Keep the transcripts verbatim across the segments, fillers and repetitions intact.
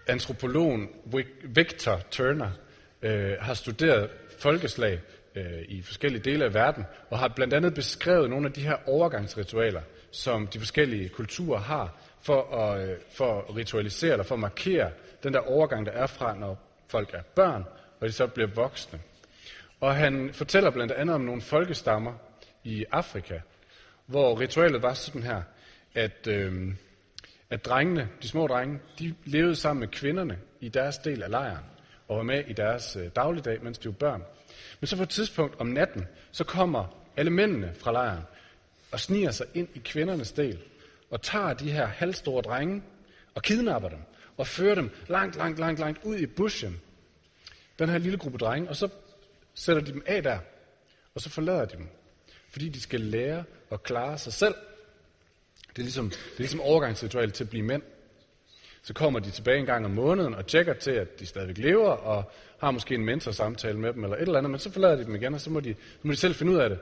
antropologen Victor Turner øh, har studeret folkeslag øh, i forskellige dele af verden, og har blandt andet beskrevet nogle af de her overgangsritualer, som de forskellige kulturer har for at, øh, for at ritualisere eller for at markere den der overgang, der er fra, når folk er børn, og de så bliver voksne. Og han fortæller blandt andet om nogle folkestammer i Afrika, hvor ritualet var sådan her, at, øh, at drengene, de små drenge, de levede sammen med kvinderne i deres del af lejren, og var med i deres øh, dagligdag, mens de var børn. Men så på et tidspunkt om natten, så kommer alle mændene fra lejren, og sniger sig ind i kvindernes del, og tager de her halvstore drenge, og kidnapper dem, og fører dem langt, langt, langt, langt ud i bushen, den her lille gruppe drenge, og så sætter de dem af der, og så forlader de dem, fordi de skal lære at klare sig selv. Det er ligesom, det er ligesom overgangsritualet til at blive mænd. Så kommer de tilbage en gang om måneden og tjekker til, at de stadigvæk lever, og har måske en mentorsamtale med dem, eller et eller andet, men så forlader de dem igen, og så må de, så må de selv finde ud af det.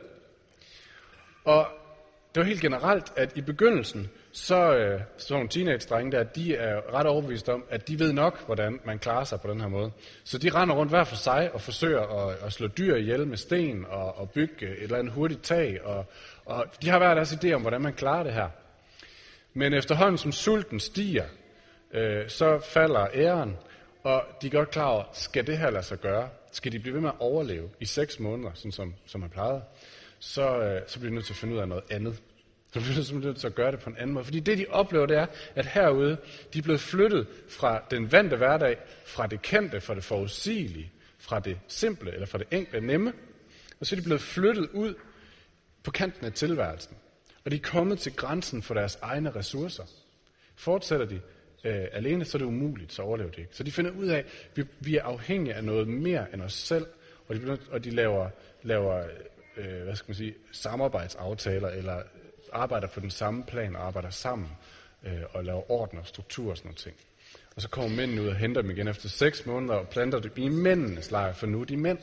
Og det var helt generelt, at i begyndelsen, så øh, sådan nogle teenage-drenge der, de er ret overbevist om, at de ved nok, hvordan man klarer sig på den her måde. Så de render rundt hver for sig og forsøger at, at slå dyr ihjel med sten og, og bygge et eller andet hurtigt tag. Og, og de har hver deres idé om, hvordan man klarer det her. Men efterhånden som sulten stiger, øh, så falder æren, og de er godt klar over, skal det her lade sig gøre? Skal de blive ved med at overleve i seks måneder, sådan som, som man plejede? Så, øh, så bliver de nødt til at finde ud af noget andet. Så bliver de simpelthen nødt til at gøre det på en anden måde. Fordi det, de oplever, det er, at herude, de er blevet flyttet fra den vante hverdag, fra det kendte, fra det forudsigelige, fra det simple, eller fra det enkle nemme, og så er de blevet flyttet ud på kanten af tilværelsen. Og de er kommet til grænsen for deres egne ressourcer. Fortsætter de øh, alene, så er det umuligt, så overlever de ikke. Så de finder ud af, at vi, vi er afhængige af noget mere end os selv, og de, og de laver, laver øh, hvad skal man sige, samarbejdsaftaler, eller arbejder på den samme plan og arbejder sammen øh, og laver orden og struktur og sådan nogle ting. Og så kommer mændene ud og henter dem igen efter seks måneder og planter dem i mændenes lejr, for nu er de mænd.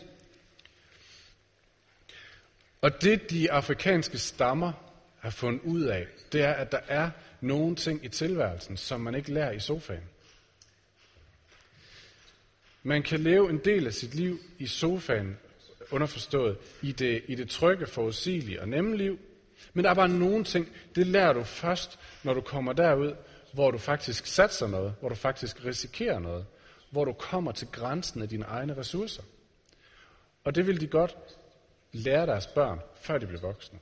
Og det, de afrikanske stammer har fundet ud af, det er, at der er nogle ting i tilværelsen, som man ikke lærer i sofaen. Man kan leve en del af sit liv i sofaen, underforstået, i det, i det trygge, forudsigelige og nemme liv. Men der er bare nogle ting, det lærer du først, når du kommer derud, hvor du faktisk satser noget, hvor du faktisk risikerer noget, hvor du kommer til grænsen af dine egne ressourcer. Og det vil de godt lære deres børn, før de bliver voksne.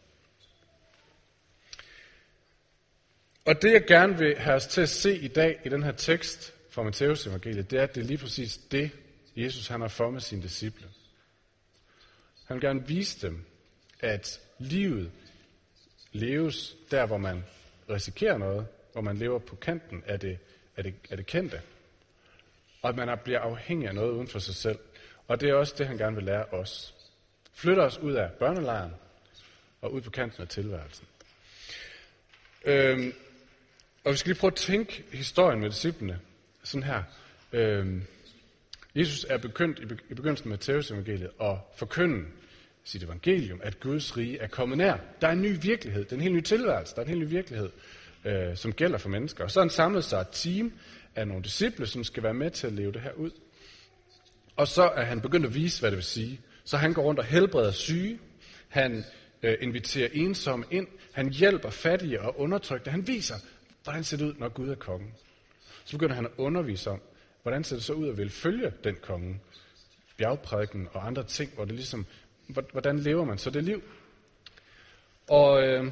Og det, jeg gerne vil have os til at se i dag i den her tekst fra Matteus evangeliet, det er, at det er lige præcis det, Jesus han har for med sine disciple. Han vil gerne vise dem, at livet leves der, hvor man risikerer noget, hvor man lever på kanten af det, af det, af det kendte, og at man bliver afhængig af noget uden for sig selv. Og det er også det, han gerne vil lære os. Flytter os ud af børnelejren og ud på kanten af tilværelsen. Øhm, og vi skal lige prøve at tænke historien med disciplene sådan her. Øhm, Jesus er begyndt i begyndelsen af Matteus evangeliet at forkynde sit evangelium, at Guds rige er kommet nær. Der er en ny virkelighed, det er en helt ny tilværelse, der er en helt ny virkelighed, øh, som gælder for mennesker. Og så er han samlet sig et team af nogle disciple, som skal være med til at leve det her ud. Og så er han begyndt at vise, hvad det vil sige. Så han går rundt og helbreder syge, han øh, inviterer ensomme ind, han hjælper fattige og undertrykte, han viser, hvordan ser det ud, når Gud er kongen. Så begynder han at undervise om, hvordan ser det så ud at vil følge den konge, bjergprædiken og andre ting, hvor det ligesom, hvordan lever man så det liv? Og øh,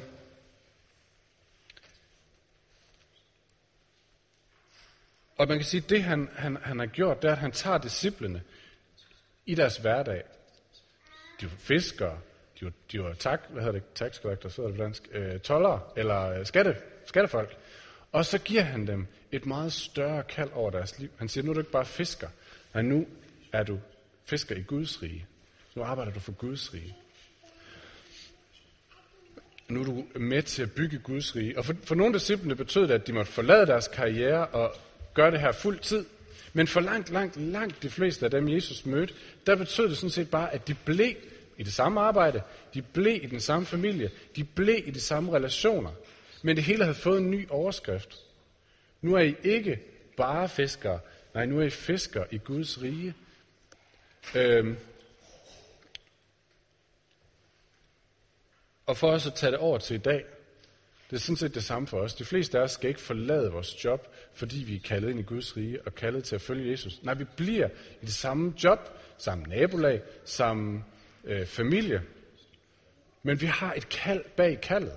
og man kan sige, at det han, han, han har gjort, det er, at han tager disciplene i deres hverdag. De var fiskere, de var, de var tak, hvad hedder det, tax collector, så er det dansk, øh, toldere eller skatte, skattefolk. Og så giver han dem et meget større kald over deres liv. Han siger, nu er du ikke bare fisker, men nu er du fisker i Guds rige. Nu arbejder du for Guds rige. Nu er du med til at bygge Guds rige. Og for, for nogle disciplene betød det, at de måtte forlade deres karriere og gøre det her fuld tid. Men for langt, langt, langt de fleste af dem, Jesus mødte, der betød det sådan set bare, at de blev i det samme arbejde, de blev i den samme familie, de blev i de samme relationer. Men det hele havde fået en ny overskrift. Nu er I ikke bare fiskere, Nej, nu er I fiskere i Guds rige. Øhm. Og for os at tage det over til i dag, det er sådan set det samme for os. De fleste af os skal ikke forlade vores job, fordi vi er kaldet ind i Guds rige og kaldet til at følge Jesus. Nej, vi bliver i det samme job, samme nabolag, samme øh, familie. Men vi har et kald bag kaldet.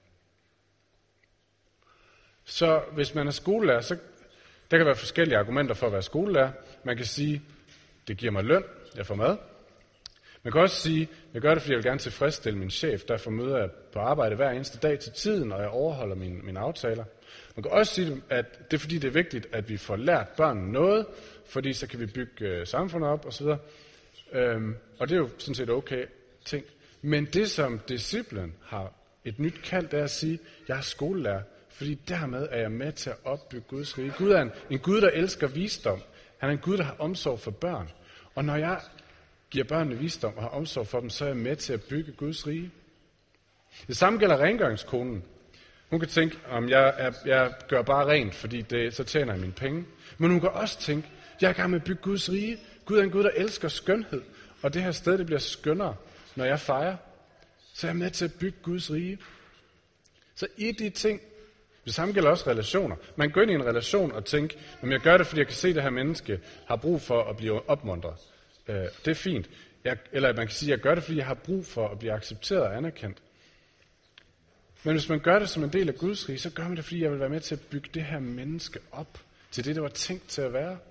Så hvis man er skolelærer, så der kan være forskellige argumenter for at være skolelærer. Man kan sige, det giver mig løn, jeg får mad. Man kan også sige, jeg gør det, fordi jeg vil gerne tilfredsstille min chef. Derfor møder jeg på arbejde hver eneste dag til tiden, og jeg overholder mine, mine aftaler. Man kan også sige, at det er fordi, det er vigtigt, at vi får lært børnene noget, fordi så kan vi bygge øh, samfundet op osv. Øhm, og det er jo sådan set okay ting. Men det, som disciplen har et nyt kald, det er at sige, jeg er skolelærer, fordi dermed er jeg med til at opbygge Guds rige. Gud er en, en Gud, der elsker visdom. Han er en Gud, der har omsorg for børn. Og når jeg giver børnene visdom og har omsorg for dem, så er jeg med til at bygge Guds rige. Det samme gælder rengøringskonen. Hun kan tænke, om jeg, jeg, jeg gør bare rent, fordi det, så tjener jeg mine penge. Men hun kan også tænke, jeg er i gang med at bygge Guds rige. Gud er en Gud, der elsker skønhed. Og det her sted, det bliver skønnere, når jeg fejrer. Så er jeg med til at bygge Guds rige. Så i de ting, det samme gælder også relationer. Man kan gå ind i en relation og tænke, om jeg gør det, fordi jeg kan se, at det her menneske har brug for at blive opmuntret. Det er fint. Jeg, eller man kan sige, at jeg gør det, fordi jeg har brug for at blive accepteret og anerkendt. Men hvis man gør det som en del af Guds rige, så gør man det, fordi jeg vil være med til at bygge det her menneske op til det, det var tænkt til at være.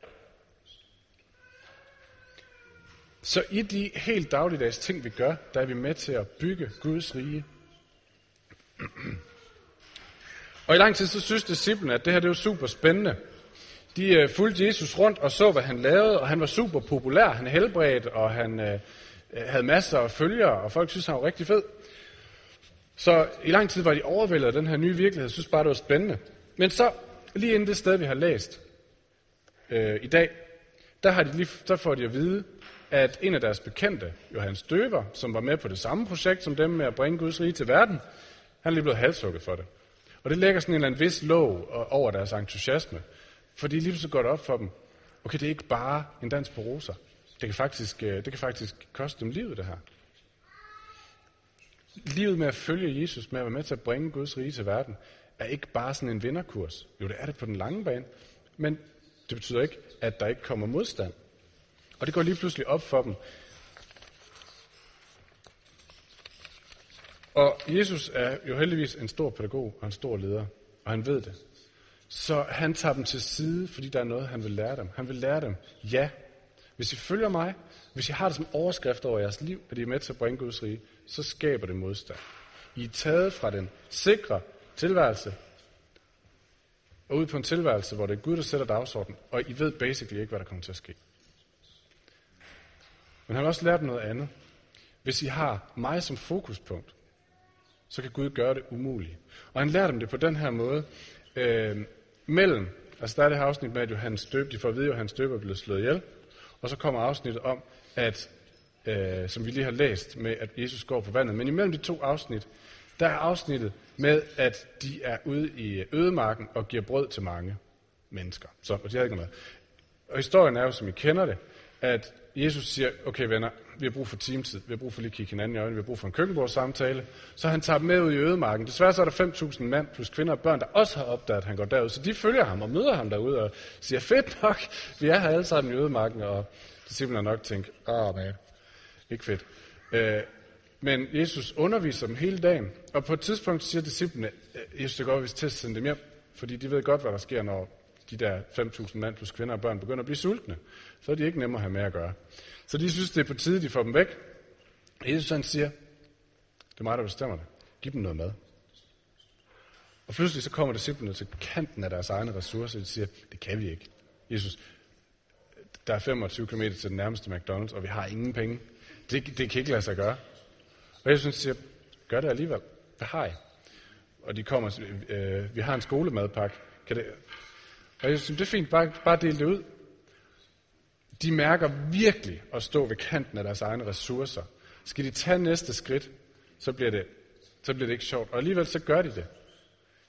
Så i de helt dagligdags ting, vi gør, der er vi med til at bygge Guds rige. Og i lang tid så synes disciplene, at det her det var super spændende. De øh, fulgte Jesus rundt og så, hvad han lavede, og han var super populær. Han helbredte, og han øh, havde masser af følgere, og folk synes, han var rigtig fed. Så i lang tid var de overvældet af den her nye virkelighed, synes bare, det var spændende. Men så, lige inden det sted, vi har læst øh, i dag, der, har de lige, der får de at vide, at en af deres bekendte, Johannes Døber, som var med på det samme projekt som dem med at bringe Guds rige til verden, han er lige blevet halshugget for det. Og det lægger sådan en eller anden vis låg over deres entusiasme. Fordi lige så går det op for dem, okay, det er ikke bare en dans på roser. Det kan faktisk, det kan faktisk koste dem livet, det her. Livet med at følge Jesus, med at være med til at bringe Guds rige til verden, er ikke bare sådan en vinderkurs. Jo, det er det på den lange bane, men det betyder ikke, at der ikke kommer modstand. Og det går lige pludselig op for dem. Og Jesus er jo heldigvis en stor pædagog og en stor leder, og han ved det. Så han tager dem til side, fordi der er noget, han vil lære dem. Han vil lære dem, ja, hvis I følger mig, hvis I har det som overskrift over jeres liv, at I er med til at bringe Guds rige, så skaber det modstand. I er taget fra den sikre tilværelse, og ud på en tilværelse, hvor det er Gud, der sætter dagsordenen, og I ved basically ikke, hvad der kommer til at ske. Men han har også lært dem noget andet. Hvis I har mig som fokuspunkt, så kan Gud gøre det umulige. Og han lærer dem det på den her måde, øh, mellem, altså der er det her afsnit med, at Johannes Døber, de får at vide, at Johannes Døber er blevet slået ihjel, og så kommer afsnittet om, at, øh, som vi lige har læst, med at Jesus går på vandet. Men imellem de to afsnit, der er afsnittet med, at de er ude i ødemarken og giver brød til mange mennesker. Så, og de har ikke noget. Og historien er jo, som I kender det, at Jesus siger, okay venner, vi har brug for teamtid, vi har brug for lige at kigge hinanden i øjnene, vi har brug for en køkkenbordssamtale. Så han tager dem med ud i ødemarken. Desværre så er der fem tusind mand plus kvinder og børn, der også har opdaget, at han går derud. Så de følger ham og møder ham derude og siger, fedt nok, vi er her alle sammen i ødemarken. Og disciplene nok tænker, åh man, ikke fedt. Øh, men Jesus underviser dem hele dagen, og på et tidspunkt siger disciplene, Jesus, det går, hvis til at sende dem hjem, fordi de ved godt, hvad der sker, når de der fem tusind mand plus kvinder og børn begynder at blive sultne. Så er de ikke nemmere at have med at gøre. Så de synes, det er på tide, de får dem væk. Jesus han siger, det er mig, der bestemmer det. Giv dem noget mad. Og pludselig så kommer disciplene til kanten af deres egne ressourcer, og de siger, det kan vi ikke. Jesus, der er femogtyve kilometer til den nærmeste McDonald's, og vi har ingen penge. Det, det kan ikke lade sig gøre. Og Jesus siger, gør det alligevel. Hvad har I? Og de kommer og siger, øh, vi har en skolemadpakke. Kan det... Og jeg synes, det er fint, bare, bare del det ud. De mærker virkelig at stå ved kanten af deres egne ressourcer. Skal de tage næste skridt, så bliver det, så bliver det ikke sjovt. Og alligevel så gør de det.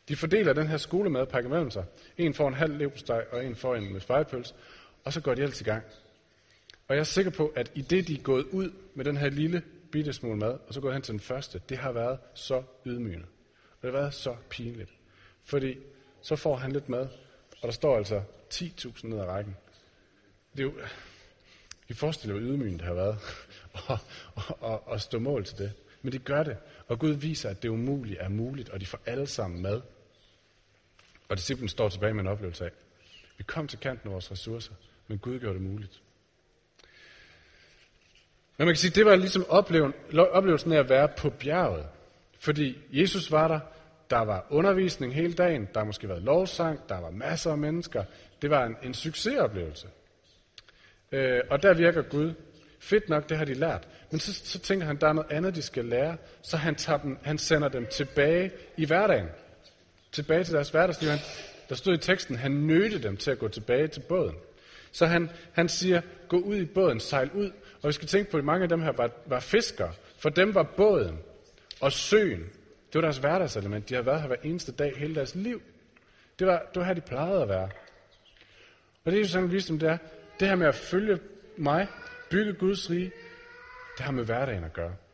De fordeler den her skolemad, pakker mellem sig. En får en halv leverpostej, og en får en med spegepølse. Og så går de ellers i gang. Og jeg er sikker på, at i det, de er gået ud med den her lille bitte smule mad, og så gået hen til den første, det har været så ydmygende. Og det har været så pinligt. Fordi så får han lidt mad, og der står altså ti tusind ned ad rækken. Det er jo, I forestiller jo ydmygende, det har været, og, og, og, og stå mål til det. Men de gør det, og Gud viser, at det umulige er muligt, og de får alle sammen mad. Og disciplen står tilbage med en oplevelse af, vi kom til kanten af vores ressourcer, men Gud gjorde det muligt. Men man kan sige, det var ligesom oplevelsen af at være på bjerget. Fordi Jesus var der, der var undervisning hele dagen, der har måske været lovsang, der var masser af mennesker. Det var en, en succesoplevelse. Øh, og der virker Gud. Fedt nok, det har de lært. Men så, så tænker han, der er noget andet, de skal lære. Så han, tager dem, han sender dem tilbage i hverdagen. Tilbage til deres hverdagsliv. Han, der stod i teksten, han nødte dem til at gå tilbage til båden. Så han, han siger, gå ud i båden, sejl ud. Og vi skal tænke på, at mange af dem her var, var fiskere. For dem var båden og søen. Det var deres hverdagselement. De har været her hver eneste dag hele deres liv. Det var, det var her, de plejede at være. Og det er jo sådan, ligesom det er. Det her med at følge mig, bygge Guds rige, det har med hverdagen at gøre.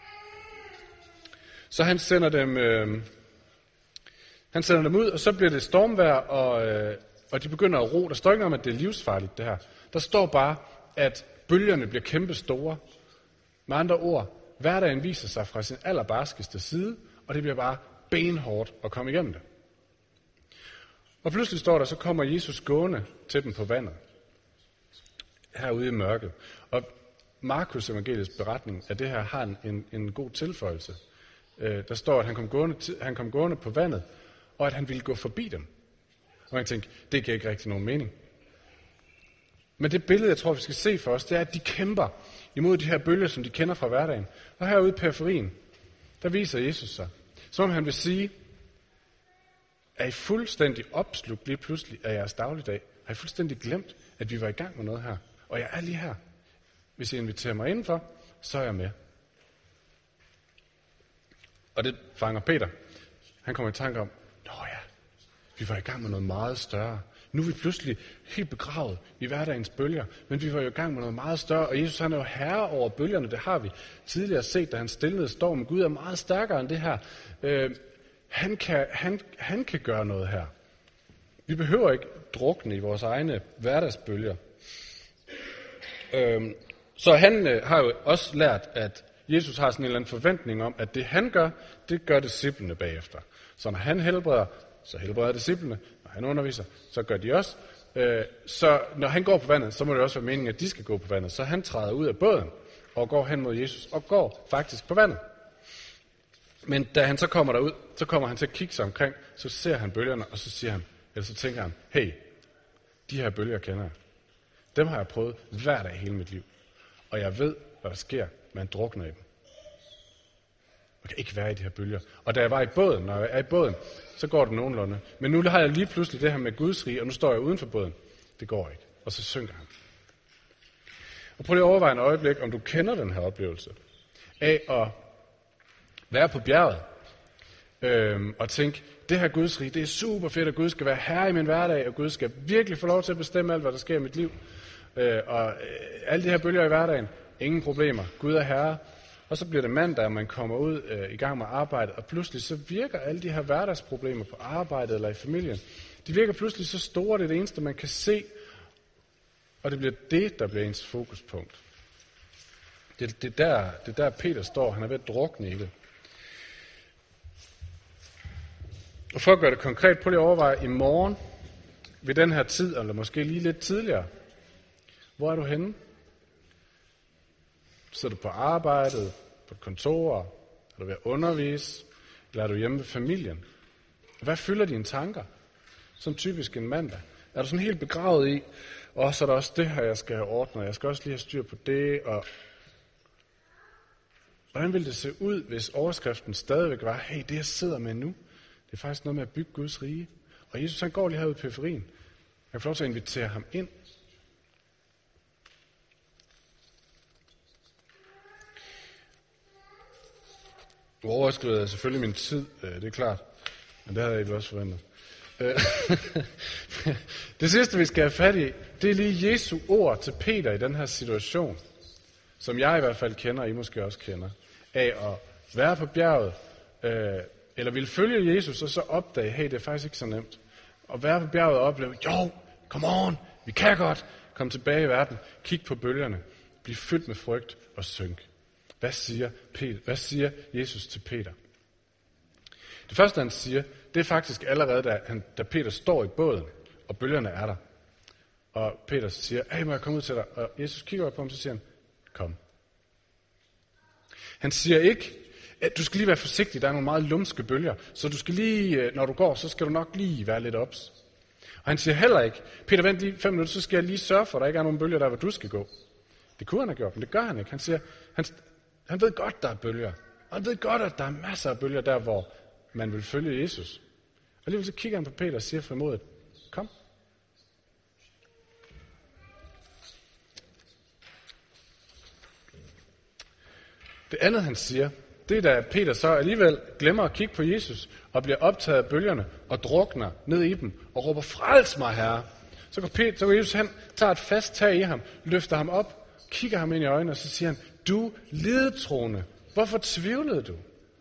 Så han sender dem, øh, han sender dem ud, og så bliver det stormvejr, og, øh, og de begynder at ro. Der står ikke om, at det er livsfarligt, det her. Der står bare, at bølgerne bliver kæmpe store. Med andre ord, hverdagen viser sig fra sin allerbarskeste side, og det bliver bare benhårdt at komme igennem det. Og pludselig står der, så kommer Jesus gående til dem på vandet. Herude i mørket. Og Markus evangeliets beretning af det her har en, en, en god tilføjelse. Øh, der står, at han kom, gående til, han kom gående på vandet, og at han ville gå forbi dem. Og man tænker, det giver ikke rigtig nogen mening. Men det billede, jeg tror, vi skal se for os, det er, at de kæmper imod de her bølger, som de kender fra hverdagen. Og herude i periferien, der viser Jesus sig. Som om han vil sige, er I fuldstændig opslugt lige pludselig af jeres dagligdag? Har I fuldstændig glemt, at vi var i gang med noget her? Og jeg er lige her. Hvis I inviterer mig indenfor, så er jeg med. Og det fanger Peter. Han kommer i tanke om, nå ja, vi var i gang med noget meget større. Nu er vi pludselig helt begravet i hverdagens bølger, men vi var jo i gang med noget meget større, og Jesus han er jo herre over bølgerne, det har vi tidligere set, da han stillede stormen. Gud er meget stærkere end det her. Øh, han, kan, han, han kan gøre noget her. Vi behøver ikke drukne i vores egne hverdagsbølger. Øh, så han øh, har jo også lært, at Jesus har sådan en eller anden forventning om, at det han gør, det gør disciplene bagefter. Så når han helbreder, så helbreder disciplene. Når han underviser, så gør de også. Så når han går på vandet, så må det også være meningen, at de skal gå på vandet. Så han træder ud af båden og går hen mod Jesus og går faktisk på vandet. Men da han så kommer derud, så kommer han til at kigge sig omkring, så ser han bølgerne, og så siger han, eller så tænker han, hey, de her bølger kender jeg. Dem har jeg prøvet hver dag hele mit liv. Og jeg ved, hvad der sker, man drukner i dem. Man kan ikke være i de her bølger. Og da jeg var i båden, når jeg er i båden, så går det nogenlunde. Men nu har jeg lige pludselig det her med Guds rige, og nu står jeg uden for båden. Det går ikke. Og så synker han. Og prøv lige at overveje en øjeblik, om du kender den her oplevelse af at være på bjerget øhm, og tænke, det her Guds rige, det er super fedt, at Gud skal være herre i min hverdag, og Gud skal virkelig få lov til at bestemme alt, hvad der sker i mit liv. Øh, og øh, alle de her bølger i hverdagen, ingen problemer. Gud er herre. Og så bliver det mandag, og man kommer ud øh, i gang med arbejdet, og pludselig så virker alle de her hverdagsproblemer på arbejdet eller i familien, de virker pludselig så store, det er det eneste, man kan se, og det bliver det, der bliver ens fokuspunkt. Det, det, er der, det er der, Peter står, han er ved at drukne i det. Og for at gøre det konkret, prøv lige at overveje i morgen, ved den her tid, eller måske lige lidt tidligere, hvor er du henne? Sidder du på arbejdet, på et kontor, er du ved at undervise, eller er du hjemme ved familien? Hvad fylder dine tanker? Som typisk en mandag. Er du sådan helt begravet i, og så er der også det her, jeg skal have ordnet, jeg skal også lige have styr på det, og hvordan vil det se ud, hvis overskriften stadigvæk var, hey, det jeg sidder med nu, det er faktisk noget med at bygge Guds rige. Og Jesus han går lige herude i periferien. Jeg får lov til at invitere ham ind. Nu overskrider jeg selvfølgelig min tid, det er klart. Men det havde jeg også forventet. Det sidste, vi skal have fat i, det er lige Jesu ord til Peter i den her situation, som jeg i hvert fald kender, og I måske også kender, af at være på bjerget, øh, eller ville følge Jesus, og så opdage, hey, det er faktisk ikke så nemt. At være på bjerget og opleve, jo, come on, vi kan godt komme tilbage i verden, kig på bølgerne, blive fyldt med frygt og synk. Hvad siger, Peter, hvad siger Jesus til Peter? Det første, han siger, det er faktisk allerede, da, han, da Peter står i båden, og bølgerne er der. Og Peter siger, hey, må jeg komme ud til dig? Og Jesus kigger på ham, så siger han, kom. Han siger ikke, at du skal lige være forsigtig, der er nogle meget lumske bølger, så du skal lige, når du går, så skal du nok lige være lidt ops. Og han siger heller ikke, Peter, vent lige fem minutter, så skal jeg lige sørge for, at der ikke er nogen bølger der, hvor du skal gå. Det kunne han have gjort, men det gør han ikke. Han siger, han, han ved godt, der er bølger. Og han ved godt, at der er masser af bølger der, hvor man vil følge Jesus. Og alligevel så kigger han på Peter og siger frimodigt, kom. Det andet, han siger, det er da Peter så alligevel glemmer at kigge på Jesus og bliver optaget af bølgerne og drukner ned i dem og råber, frels mig, Herre. Så går, Peter, så går Jesus hen, tager et fast tag i ham, løfter ham op, kigger ham ind i øjnene og så siger han, du lidetroende, hvorfor tvivlede du?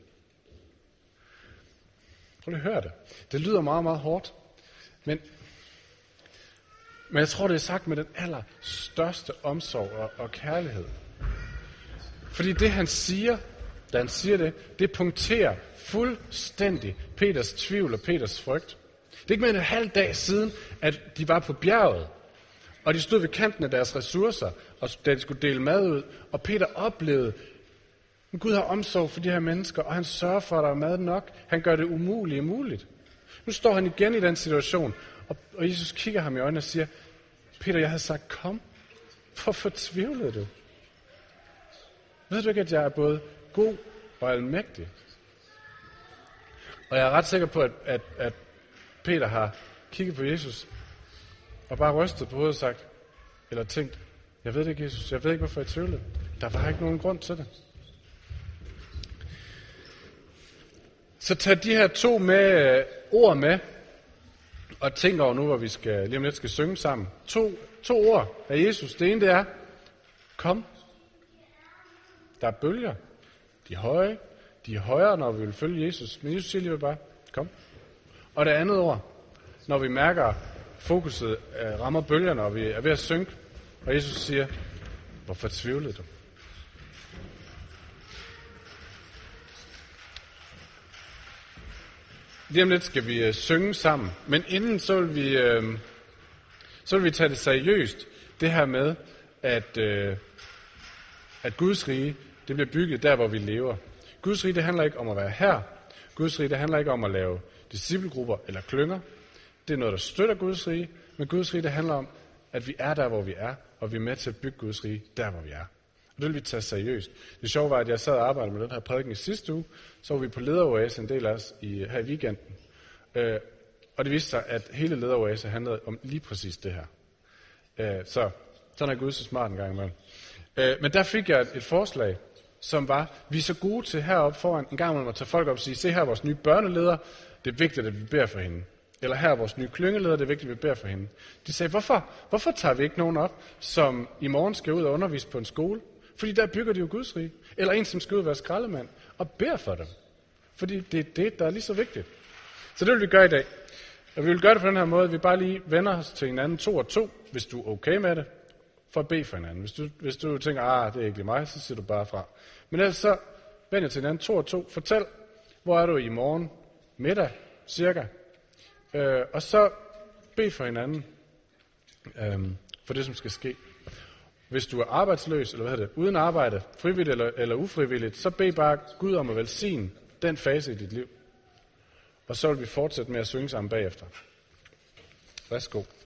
Prøv lige at høre det. Det lyder meget, meget hårdt, men, men jeg tror, det er sagt med den allerstørste omsorg og, og kærlighed. Fordi det, han siger, da han siger det, det punkterer fuldstændig Peters tvivl og Peters frygt. Det er ikke mere end en halv dag siden, at de var på bjerget, og de stod ved kanten af deres ressourcer, og da de skulle dele mad ud, og Peter oplevede, at Gud har omsorg for de her mennesker, og han sørger for, at der er mad nok. Han gør det umulige muligt. Nu står han igen i den situation, og, og Jesus kigger ham i øjnene og siger, Peter, jeg havde sagt, kom. Hvorfor tvivlede du? Ved du ikke, at jeg er både god og almægtig? Og jeg er ret sikker på, at, at, at Peter har kigget på Jesus og bare rystet på hovedet og sagt, eller tænkt, jeg ved det ikke, Jesus, jeg ved ikke, hvorfor jeg tvivlede. Der var ikke nogen grund til det. Så tag de her to med, øh, ord med, og tænk over nu, hvor vi skal, lige om lidt skal synge sammen. To, to ord af Jesus. Det ene det er, kom. Der er bølger. De er høje. De er højere, når vi vil følge Jesus. Men Jesus siger lige bare, kom. Og det andet ord, når vi mærker fokuset øh, rammer bølgerne, og vi er ved at synke, og Jesus siger, hvorfor tvivlede du? Lige om lidt skal vi øh, synge sammen, men inden så vil vi, øh, så vil vi tage det seriøst, det her med, at, øh, at Guds rige, det bliver bygget der, hvor vi lever. Guds rige, det handler ikke om at være her. Guds rige, det handler ikke om at lave disciplegrupper eller klynger. Det er noget, der støtter Guds rige, men Guds rige, det handler om, at vi er der, hvor vi er, og vi er med til at bygge Guds rige der, hvor vi er. Og det vil vi tage seriøst. Det sjove var, at jeg sad og arbejdede med den her prædiken i sidste uge, så var vi på lederoase, en del af os, i, her i weekenden. Øh, og det viste sig, at hele lederoase handlede om lige præcis det her. Øh, så sådan er Gud så smart en gang imellem. Øh, men der fik jeg et, et forslag, som var, vi er så gode til heroppe foran, en gang imellem at tage folk op og sige, se her vores nye børneleder, det er vigtigt, at vi beder for hende. Eller her vores nye klyngeleder, det er vigtigt, at vi beder for hende. De sagde, hvorfor, hvorfor tager vi ikke nogen op, som i morgen skal ud og undervise på en skole? Fordi der bygger de jo Guds rige. Eller en, som skal ud og være skraldemand, og beder for dem. Fordi det er det, der er lige så vigtigt. Så det vil vi gøre i dag. Og vi vil gøre det på den her måde, vi bare lige vender os til hinanden to og to, hvis du er okay med det, for at bede for hinanden. Hvis du, hvis du tænker, ah, det er ikke lige mig, så siger du bare fra. Men ellers så vend jer til hinanden to og to. Fortæl, hvor er du i morgen middag, cirka. Øh, og så bed for hinanden øh, for det, som skal ske. Hvis du er arbejdsløs, eller hvad hedder det, uden arbejde, frivilligt eller, eller ufrivilligt, så bed bare Gud om at velsigne den fase i dit liv. Og så vil vi fortsætte med at synge sammen bagefter. Værsgo.